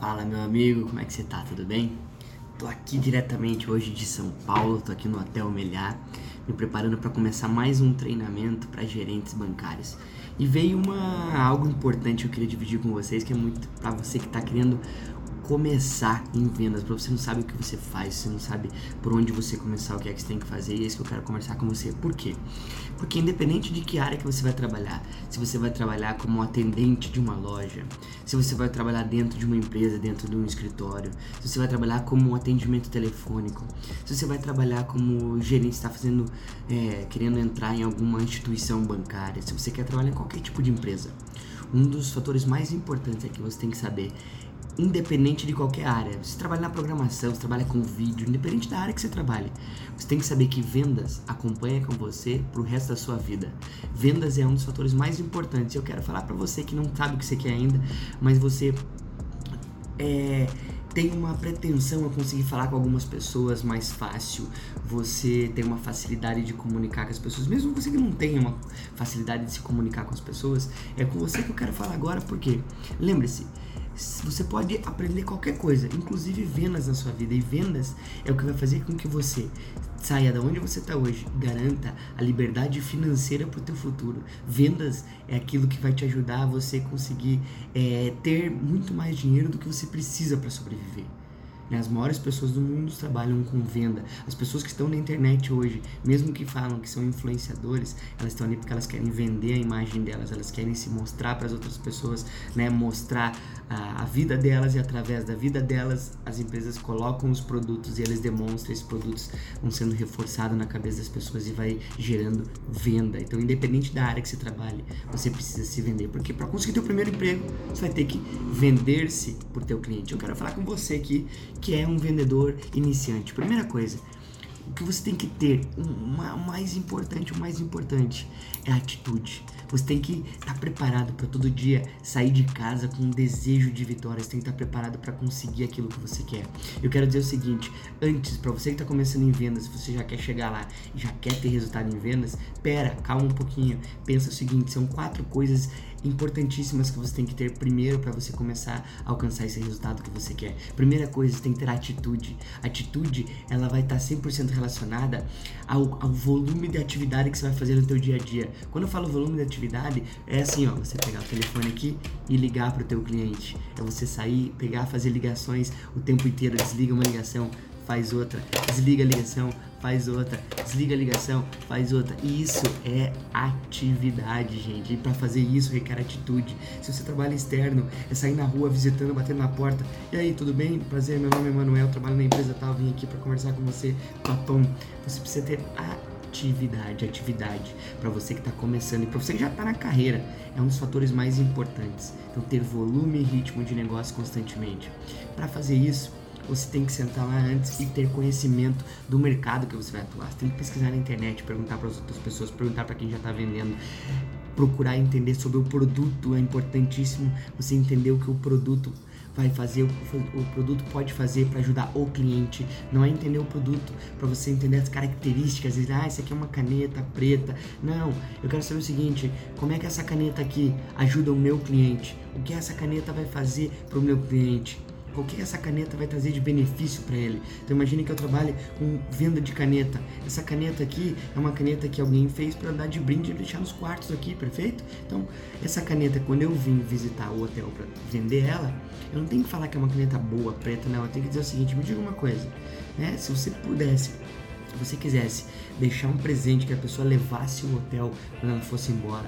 Fala, meu amigo, como é que você tá? Tudo bem? Tô aqui diretamente hoje de São Paulo, tô aqui no Hotel Meliá, me preparando para começar mais um treinamento para gerentes bancários. E veio algo importante que eu queria dividir com vocês, que é muito para você que tá querendo começar em vendas, para você não sabe o que você faz, você não sabe por onde você começar, o que é que você tem que fazer, e é isso que eu quero conversar com você. Por quê? Porque independente de que área que você vai trabalhar, se você vai trabalhar como atendente de uma loja, se você vai trabalhar dentro de uma empresa, dentro de um escritório, se você vai trabalhar como atendimento telefônico, se você vai trabalhar como gerente, está fazendo, querendo entrar em alguma instituição bancária, se você quer trabalhar em qualquer tipo de empresa, um dos fatores mais importantes é que você tem que saber, independente de qualquer área, você trabalha na programação, você trabalha com vídeo, independente da área que você trabalhe, você tem que saber que vendas acompanha com você pro resto da sua vida. Vendas é um dos fatores mais importantes. Eu quero falar pra você que não sabe o que você quer ainda, mas você tem uma pretensão a conseguir falar com algumas pessoas mais fácil, você tem uma facilidade de comunicar com as pessoas, mesmo você que não tenha uma facilidade de se comunicar com as pessoas, é com você que eu quero falar agora, porque lembre-se, você pode aprender qualquer coisa, inclusive vendas na sua vida, e vendas é o que vai fazer com que você saia da onde você está hoje, garanta a liberdade financeira para o teu futuro. Vendas é aquilo que vai te ajudar a você conseguir ter muito mais dinheiro do que você precisa para sobreviver. As maiores pessoas do mundo trabalham com venda. As pessoas que estão na internet hoje, mesmo que falam que são influenciadores, elas estão ali porque elas querem vender a imagem delas, elas querem se mostrar para as outras pessoas, mostrar a vida delas, e através da vida delas as empresas colocam os produtos e eles demonstram, esses produtos vão sendo reforçados na cabeça das pessoas e vai gerando venda. Então, independente da área que você trabalhe, você precisa se vender, porque para conseguir teu primeiro emprego, você vai ter que vender-se por teu cliente. Eu quero falar com você aqui que é um vendedor iniciante. Primeira coisa, o que você tem que ter, o mais importante é a atitude. Você tem que estar preparado para todo dia sair de casa com um desejo de vitória. Você tem que estar preparado para conseguir aquilo que você quer. Eu quero dizer o seguinte, antes, para você que está começando em vendas, se você já quer chegar lá e já quer ter resultado em vendas, calma um pouquinho, pensa o seguinte, são 4 coisas importantíssimas que você tem que ter primeiro para você começar a alcançar esse resultado que você quer. Primeira coisa, você tem que ter atitude. Atitude, ela vai estar 100% relacionada ao volume de atividade que você vai fazer no teu dia a dia. Quando eu falo volume de atividade, é assim, você pegar o telefone aqui e ligar para o teu cliente. É você sair, pegar, fazer ligações o tempo inteiro, desliga uma ligação, faz outra, desliga a ligação, faz outra, desliga a ligação, faz outra. Isso é atividade, gente. E para fazer isso requer atitude. Se você trabalha externo, é sair na rua visitando, batendo na porta. E aí, tudo bem? Prazer, meu nome é Manuel, trabalho na empresa tal, vim aqui para conversar com você, papão. Você precisa ter atividade para você que está começando e para você que já está na carreira, é um dos fatores mais importantes. Então, ter volume e ritmo de negócio constantemente. Para fazer isso, você tem que sentar lá antes e ter conhecimento do mercado que você vai atuar. Você tem que pesquisar na internet, perguntar para as outras pessoas, perguntar para quem já está vendendo, procurar entender sobre o produto. É importantíssimo você entender o que o produto vai fazer, o produto pode fazer para ajudar o cliente. Não é entender o produto para você entender as características, dizer, isso aqui é uma caneta preta. Não, eu quero saber o seguinte, como é que essa caneta aqui ajuda o meu cliente? O que essa caneta vai fazer para o meu cliente? O que essa caneta vai trazer de benefício para ele? Então imagine que eu trabalhe com venda de caneta. Essa caneta aqui é uma caneta que alguém fez para dar de brinde e deixar nos quartos aqui, perfeito? Então essa caneta, quando eu vim visitar o hotel para vender ela, eu não tenho que falar que é uma caneta boa, preta, não. Eu tenho que dizer o seguinte, me diga uma coisa, se você pudesse, se você quisesse deixar um presente que a pessoa levasse o hotel quando ela fosse embora,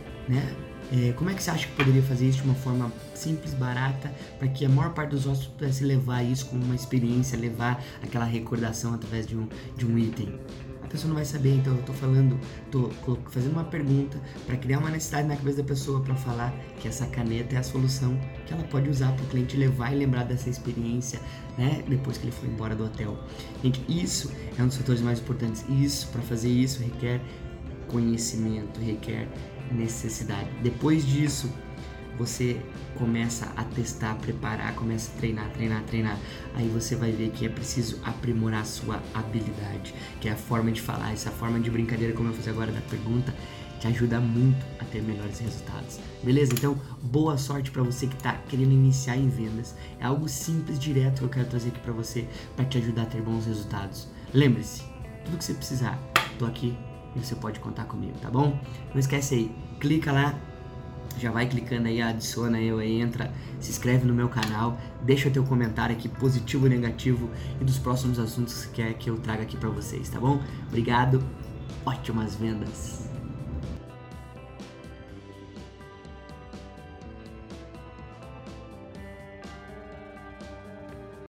como é que você acha que poderia fazer isso de uma forma simples, barata, para que a maior parte dos hóspedes pudesse levar isso como uma experiência, levar aquela recordação através de um item? A pessoa não vai saber, então eu tô fazendo uma pergunta para criar uma necessidade na cabeça da pessoa, para falar que essa caneta é a solução que ela pode usar para o cliente levar e lembrar dessa experiência, depois que ele foi embora do hotel. Gente, isso é um dos fatores mais importantes. Isso, para fazer isso, requer conhecimento, requer necessidade. Depois disso, você começa a testar, preparar, começa a treinar. Aí você vai ver que é preciso aprimorar a sua habilidade, que é a forma de falar, essa forma de brincadeira, como eu fiz agora da pergunta, te ajuda muito a ter melhores resultados. Beleza? Então, boa sorte para você que está querendo iniciar em vendas. É algo simples, direto que eu quero trazer aqui para você, para te ajudar a ter bons resultados. Lembre-se, tudo que você precisar, tô aqui e você pode contar comigo, tá bom? Não esquece aí, clica lá, já vai clicando aí, adiciona eu aí, entra, se inscreve no meu canal, deixa teu comentário aqui, positivo ou negativo, e dos próximos assuntos que você quer que eu traga aqui pra vocês, tá bom? Obrigado, ótimas vendas!